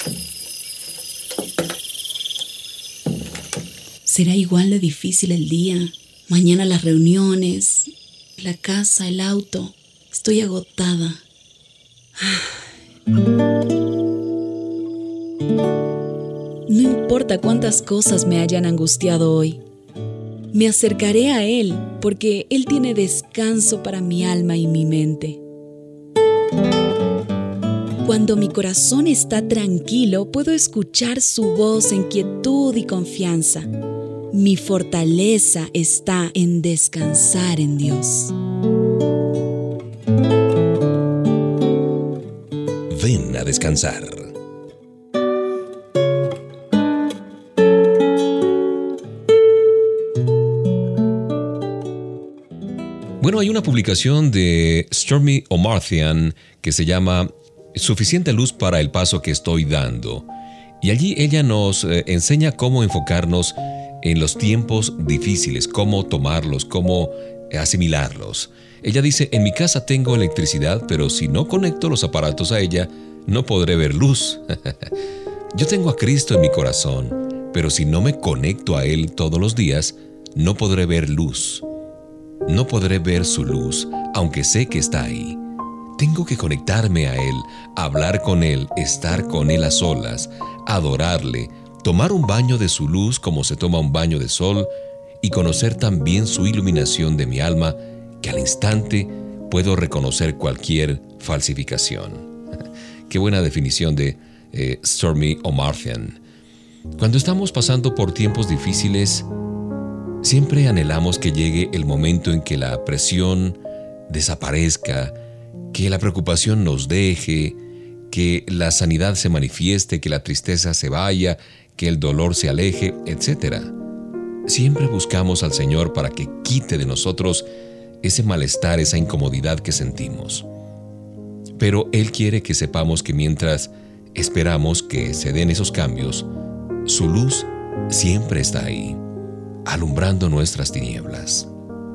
Será igual de difícil el día. Mañana las reuniones, la casa, el auto. Estoy agotada. No importa cuántas cosas me hayan angustiado hoy. Me acercaré a Él porque Él tiene descanso para mi alma y mi mente. Cuando mi corazón está tranquilo, puedo escuchar su voz en quietud y confianza. Mi fortaleza está en descansar en Dios. Ven a descansar. Bueno, hay una publicación de Stormy Omartian que se llama Suficiente luz para el paso que estoy dando. Y allí ella nos enseña cómo enfocarnos en los tiempos difíciles, cómo tomarlos, cómo asimilarlos. Ella dice, en mi casa tengo electricidad, pero si no conecto los aparatos a ella, no podré ver luz. Yo tengo a Cristo en mi corazón, pero si no me conecto a Él todos los días, no podré ver luz. No podré ver su luz, aunque sé que está ahí. Tengo que conectarme a Él, hablar con Él, estar con Él a solas, adorarle, tomar un baño de su luz como se toma un baño de sol y conocer también su iluminación de mi alma, que al instante puedo reconocer cualquier falsificación. Qué buena definición de Stormy Omartian. Cuando estamos pasando por tiempos difíciles, siempre anhelamos que llegue el momento en que la presión desaparezca, que la preocupación nos deje, que la sanidad se manifieste, que la tristeza se vaya, que el dolor se aleje, etc. Siempre buscamos al Señor para que quite de nosotros ese malestar, esa incomodidad que sentimos. Pero Él quiere que sepamos que mientras esperamos que se den esos cambios, su luz siempre está ahí, alumbrando nuestras tinieblas.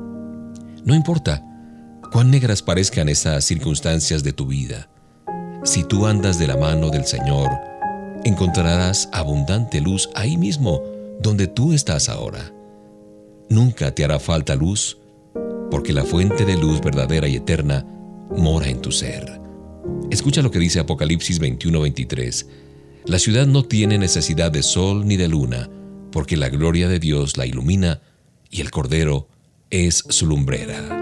No importa cuán negras parezcan esas circunstancias de tu vida, si tú andas de la mano del Señor, encontrarás abundante luz ahí mismo donde tú estás ahora. Nunca te hará falta luz, porque la fuente de luz verdadera y eterna mora en tu ser. Escucha lo que dice Apocalipsis 21:23. La ciudad no tiene necesidad de sol ni de luna, porque la gloria de Dios la ilumina y el Cordero es su lumbrera.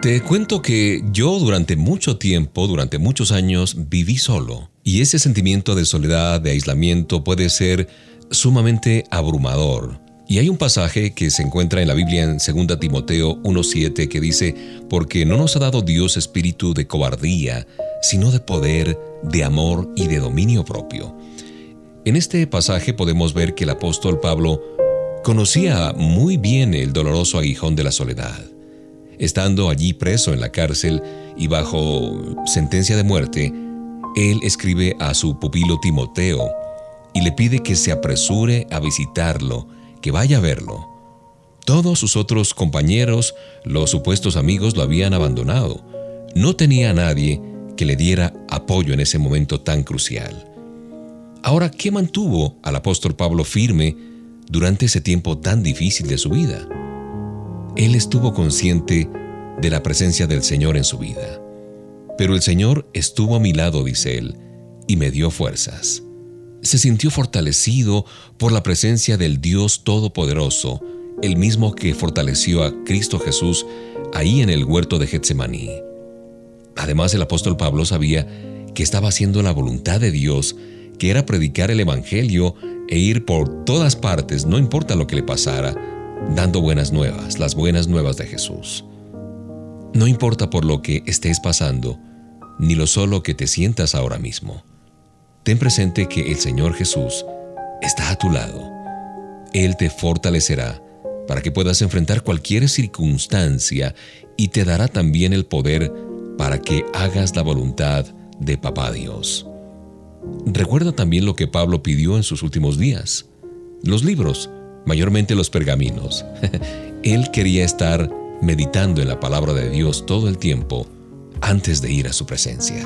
Te cuento que yo durante mucho tiempo, durante muchos años, viví solo. Y ese sentimiento de soledad, de aislamiento, puede ser sumamente abrumador. Y hay un pasaje que se encuentra en la Biblia en 2 Timoteo 1:7 que dice: porque no nos ha dado Dios espíritu de cobardía, sino de poder, de amor y de dominio propio. En este pasaje podemos ver que el apóstol Pablo conocía muy bien el doloroso aguijón de la soledad. Estando allí preso en la cárcel y bajo sentencia de muerte, él escribe a su pupilo Timoteo y le pide que se apresure a visitarlo, que vaya a verlo. Todos sus otros compañeros, los supuestos amigos, lo habían abandonado. No tenía a nadie que le diera apoyo en ese momento tan crucial. Ahora, ¿qué mantuvo al apóstol Pablo firme durante ese tiempo tan difícil de su vida? Él estuvo consciente de la presencia del Señor en su vida. Pero el Señor estuvo a mi lado, dice él, y me dio fuerzas. Se sintió fortalecido por la presencia del Dios Todopoderoso, el mismo que fortaleció a Cristo Jesús ahí en el huerto de Getsemaní. Además, el apóstol Pablo sabía que estaba haciendo la voluntad de Dios, que era predicar el Evangelio e ir por todas partes, no importa lo que le pasara, dando buenas nuevas, las buenas nuevas de Jesús. No importa por lo que estés pasando, ni lo solo que te sientas ahora mismo. Ten presente que el Señor Jesús está a tu lado. Él te fortalecerá para que puedas enfrentar cualquier circunstancia y te dará también el poder para que hagas la voluntad de Papá Dios. Recuerda también lo que Pablo pidió en sus últimos días: los libros, mayormente los pergaminos. Él quería estar meditando en la palabra de Dios todo el tiempo antes de ir a su presencia.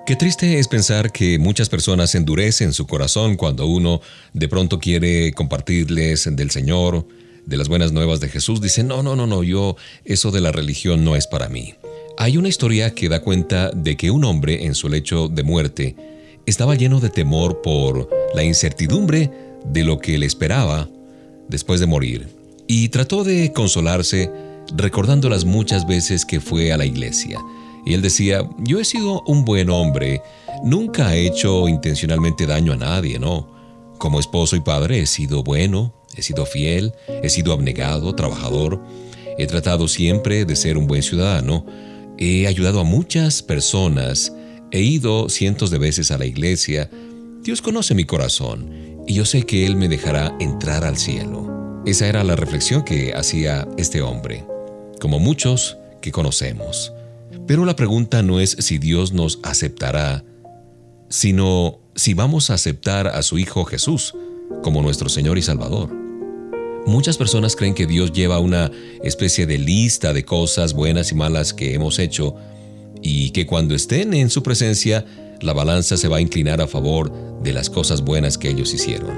Qué triste es pensar que muchas personas endurecen su corazón cuando uno de pronto quiere compartirles del Señor, de las buenas nuevas de Jesús. Dicen, no, yo, eso de la religión no es para mí. Hay una historia que da cuenta de que un hombre en su lecho de muerte estaba lleno de temor por la incertidumbre de lo que le esperaba después de morir, y trató de consolarse recordando las muchas veces que fue a la iglesia. Y él decía, yo he sido un buen hombre, nunca he hecho intencionalmente daño a nadie, ¿no? Como esposo y padre he sido bueno, he sido fiel, he sido abnegado, trabajador, he tratado siempre de ser un buen ciudadano, he ayudado a muchas personas, he ido cientos de veces a la iglesia. Dios conoce mi corazón y yo sé que Él me dejará entrar al cielo. Esa era la reflexión que hacía este hombre, como muchos que conocemos. Pero la pregunta no es si Dios nos aceptará, sino si vamos a aceptar a su Hijo Jesús como nuestro Señor y Salvador. Muchas personas creen que Dios lleva una especie de lista de cosas buenas y malas que hemos hecho, y que cuando estén en su presencia, la balanza se va a inclinar a favor de las cosas buenas que ellos hicieron.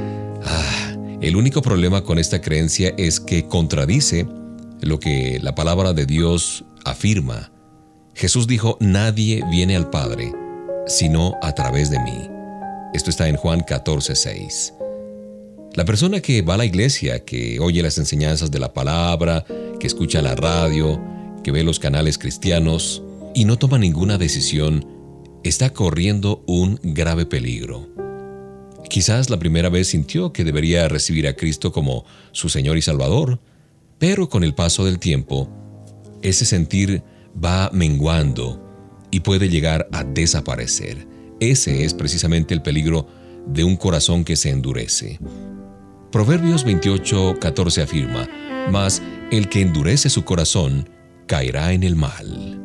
El único problema con esta creencia es que contradice lo que la palabra de Dios afirma. Jesús dijo, nadie viene al Padre, sino a través de mí. Esto está en Juan 14:6. La persona que va a la iglesia, que oye las enseñanzas de la palabra, que escucha la radio, que ve los canales cristianos y no toma ninguna decisión, está corriendo un grave peligro. Quizás la primera vez sintió que debería recibir a Cristo como su Señor y Salvador, pero con el paso del tiempo, ese sentir va menguando y puede llegar a desaparecer. Ese es precisamente el peligro de un corazón que se endurece. Proverbios 28:14 afirma, mas el que endurece su corazón caerá en el mal.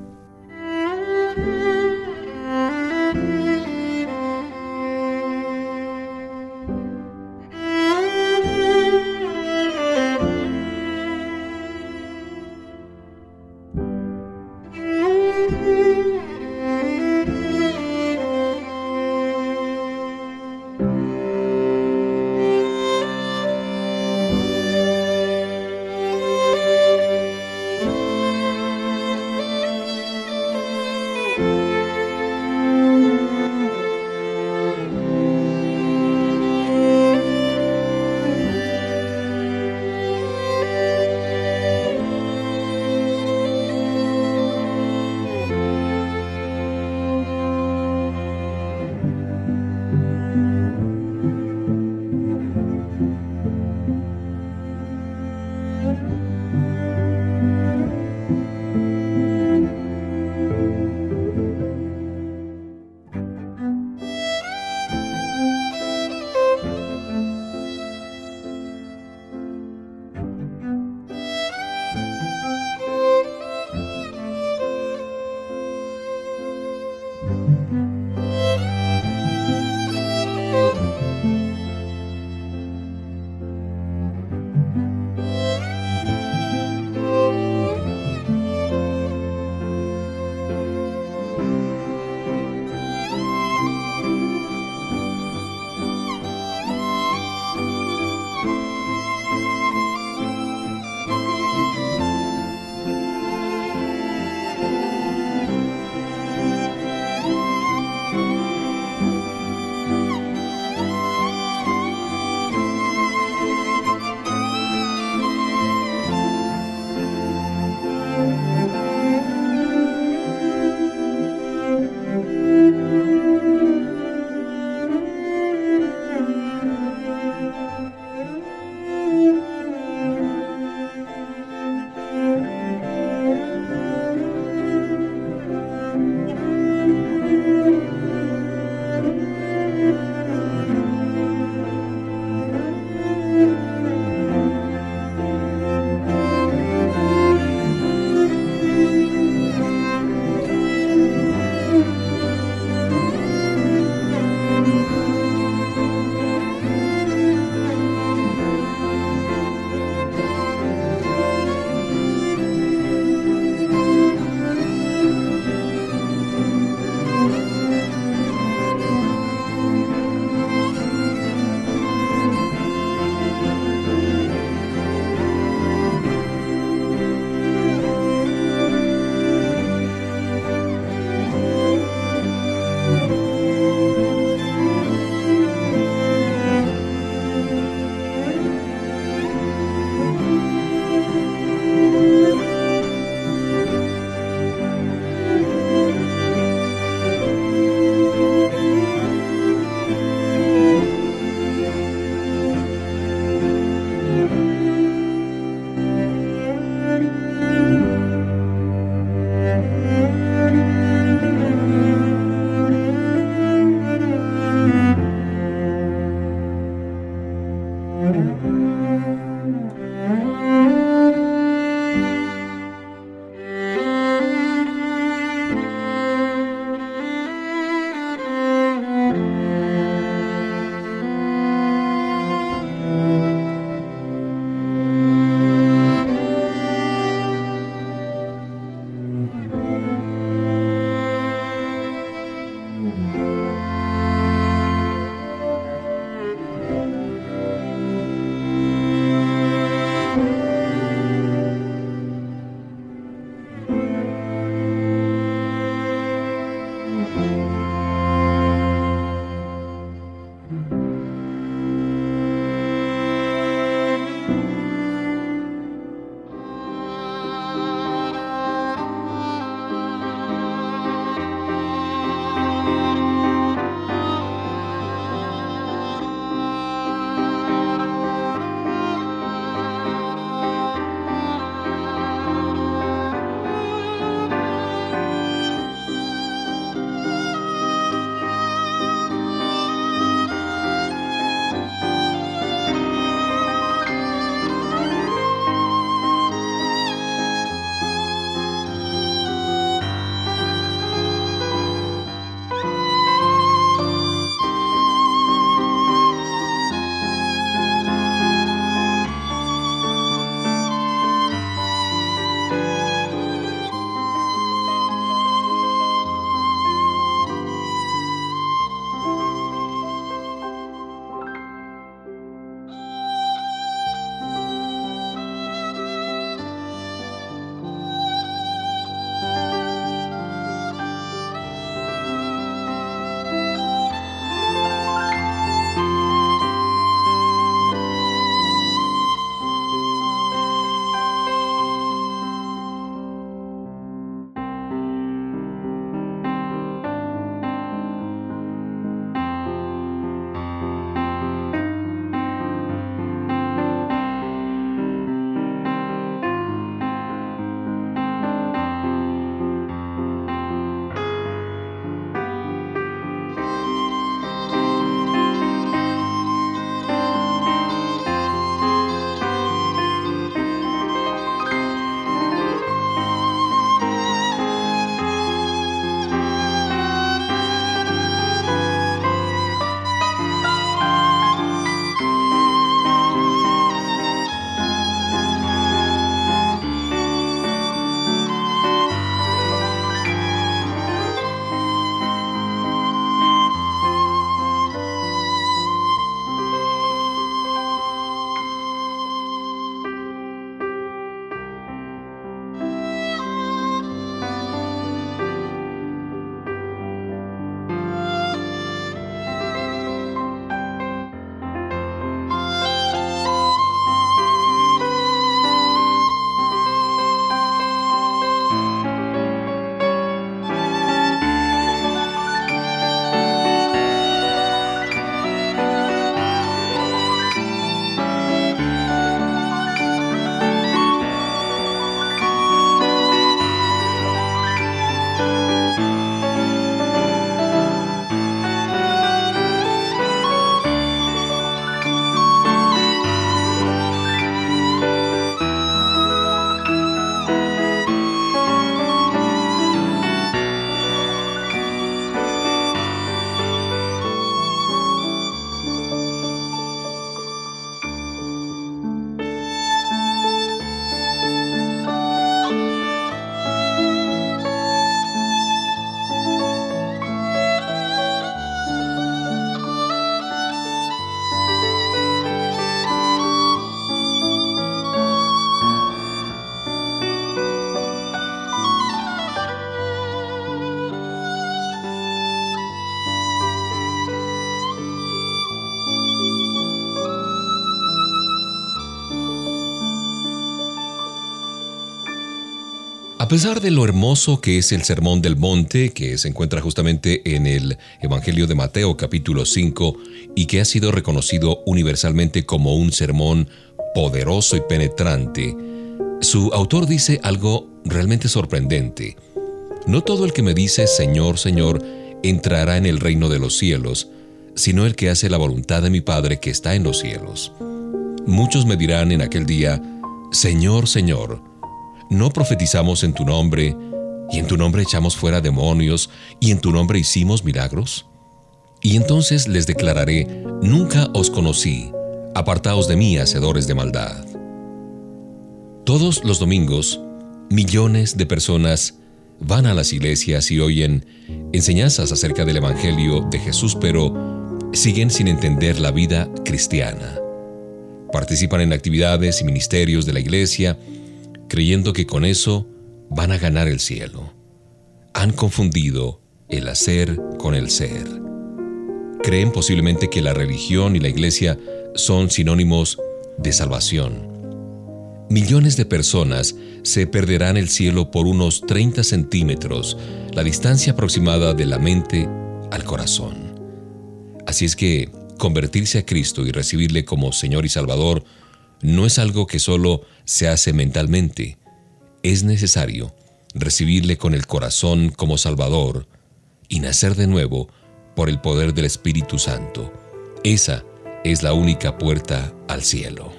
A pesar de lo hermoso que es el Sermón del Monte, que se encuentra justamente en el Evangelio de Mateo capítulo 5 y que ha sido reconocido universalmente como un sermón poderoso y penetrante, su autor dice algo realmente sorprendente. No todo el que me dice Señor, Señor, entrará en el reino de los cielos, sino el que hace la voluntad de mi Padre que está en los cielos. Muchos me dirán en aquel día, Señor, Señor, ¿no profetizamos en tu nombre, y en tu nombre echamos fuera demonios, y en tu nombre hicimos milagros? Y entonces les declararé, nunca os conocí, apartaos de mí, hacedores de maldad. Todos los domingos, millones de personas van a las iglesias y oyen enseñanzas acerca del Evangelio de Jesús, pero siguen sin entender la vida cristiana. Participan en actividades y ministerios de la iglesia, creyendo que con eso van a ganar el cielo. Han confundido el hacer con el ser. Creen posiblemente que la religión y la iglesia son sinónimos de salvación. Millones de personas se perderán el cielo por unos 30 centímetros, la distancia aproximada de la mente al corazón. Así es que convertirse a Cristo y recibirle como Señor y Salvador no es algo que solo se hace mentalmente. Es necesario recibirle con el corazón como Salvador y nacer de nuevo por el poder del Espíritu Santo. Esa es la única puerta al cielo.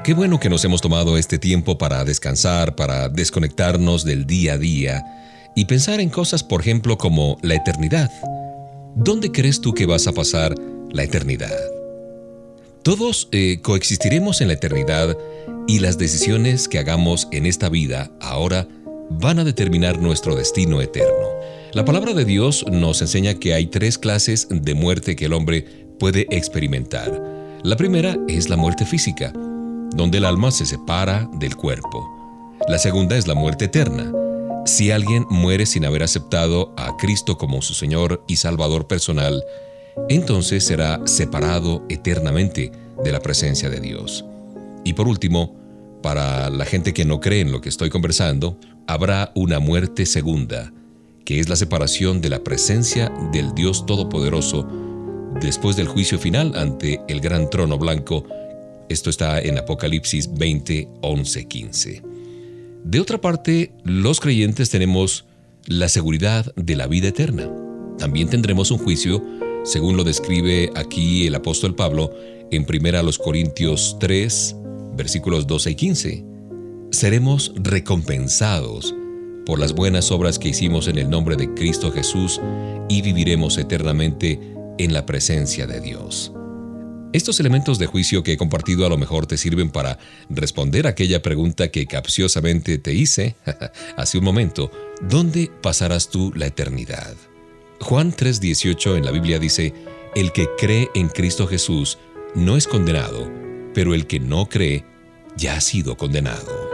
Qué bueno que nos hemos tomado este tiempo para descansar, para desconectarnos del día a día y pensar en cosas, por ejemplo, como la eternidad. ¿Dónde crees tú que vas a pasar la eternidad? Todos coexistiremos en la eternidad y las decisiones que hagamos en esta vida ahora van a determinar nuestro destino eterno. La palabra de Dios nos enseña que hay 3 clases de muerte que el hombre puede experimentar. La primera es la muerte física, donde el alma se separa del cuerpo. La segunda es la muerte eterna. Si alguien muere sin haber aceptado a Cristo como su Señor y Salvador personal, entonces será separado eternamente de la presencia de Dios. Y por último, para la gente que no cree en lo que estoy conversando, habrá una muerte segunda, que es la separación de la presencia del Dios Todopoderoso después del juicio final ante el gran trono blanco. Esto está en Apocalipsis 20, 11, 15. De otra parte, los creyentes tenemos la seguridad de la vida eterna. También tendremos un juicio, según lo describe aquí el apóstol Pablo en 1 Corintios 3, versículos 12 y 15. Seremos recompensados por las buenas obras que hicimos en el nombre de Cristo Jesús y viviremos eternamente en la presencia de Dios. Estos elementos de juicio que he compartido a lo mejor te sirven para responder a aquella pregunta que capciosamente te hice hace un momento. ¿Dónde pasarás tú la eternidad? Juan 3:18 en la Biblia dice: el que cree en Cristo Jesús no es condenado, pero el que no cree ya ha sido condenado.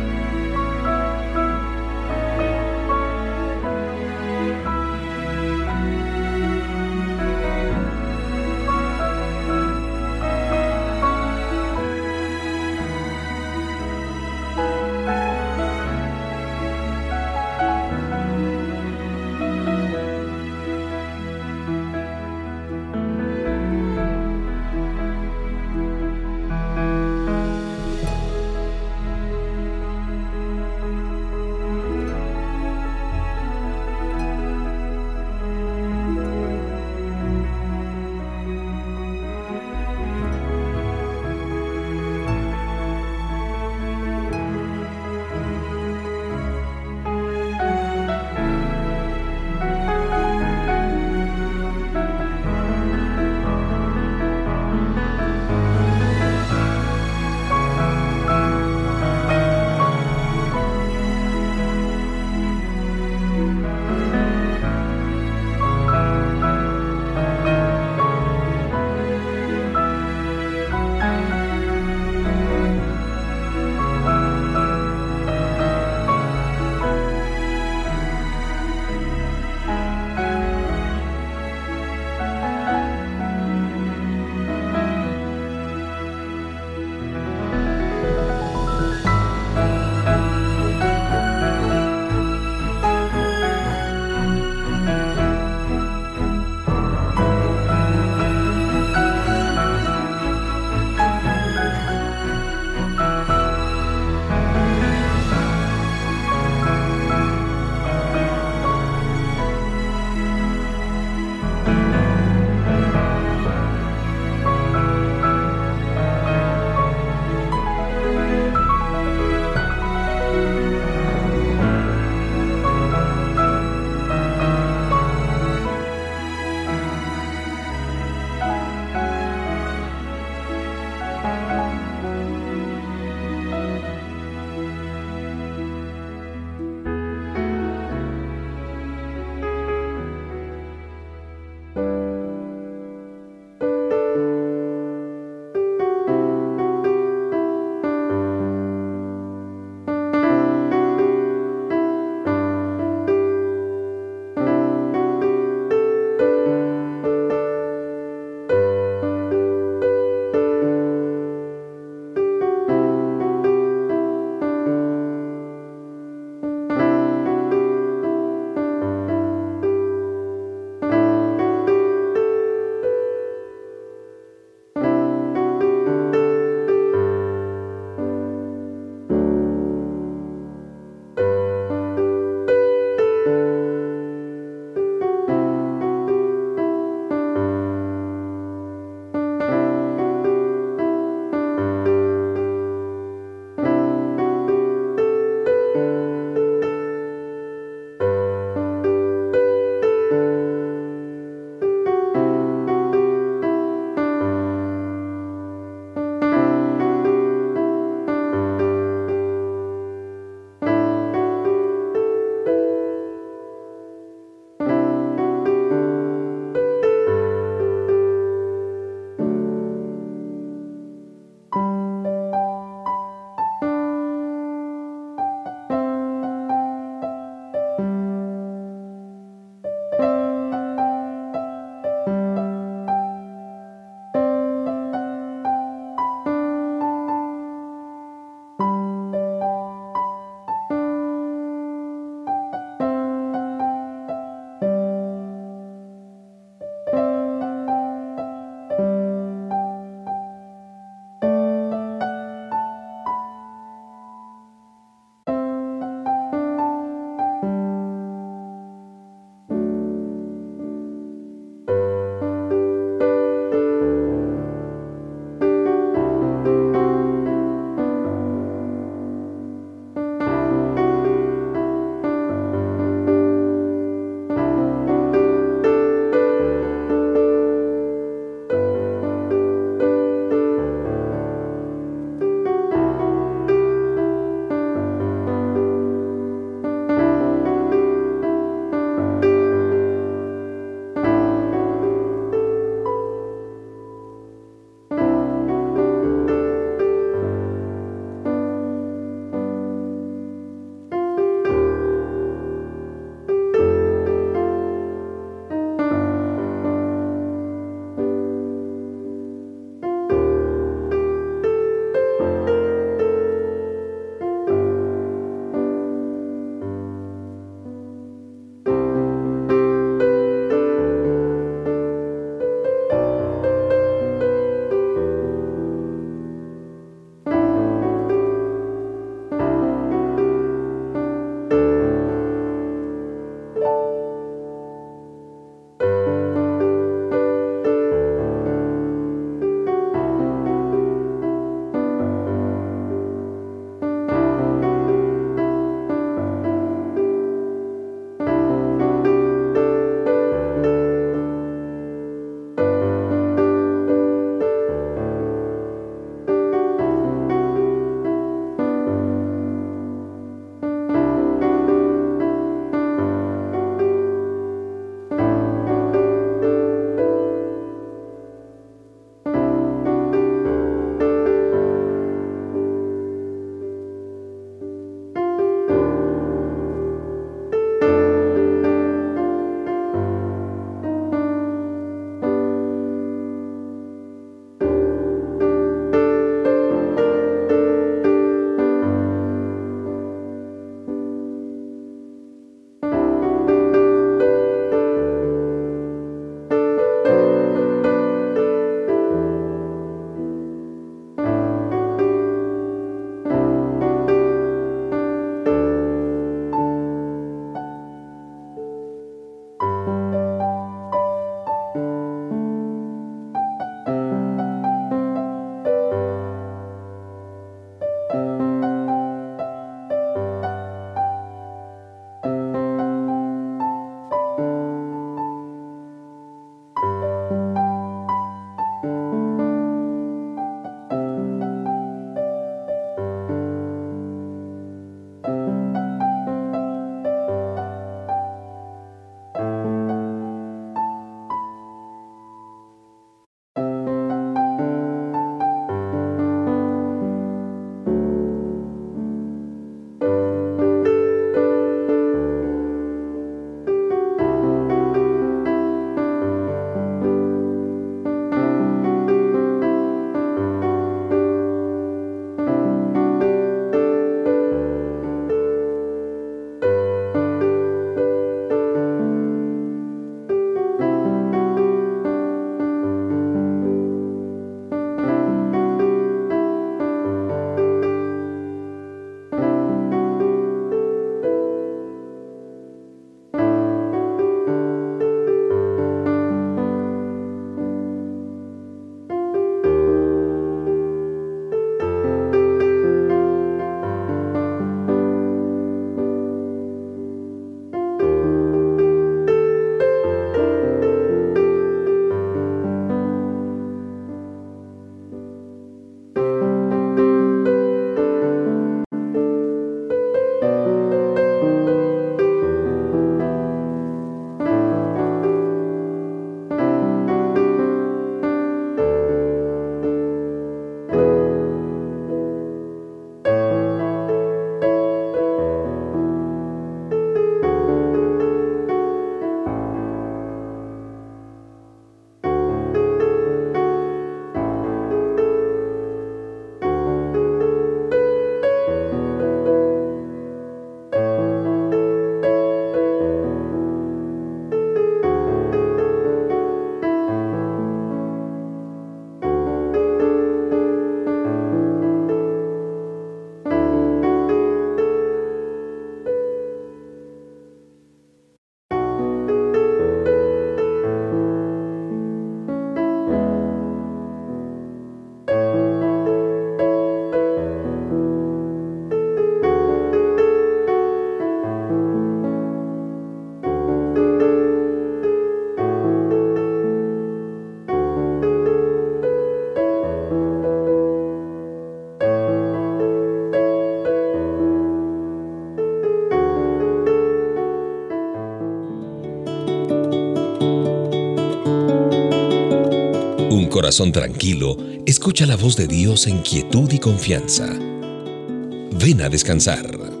corazón tranquilo, escucha la voz de Dios en quietud y confianza. Ven a descansar.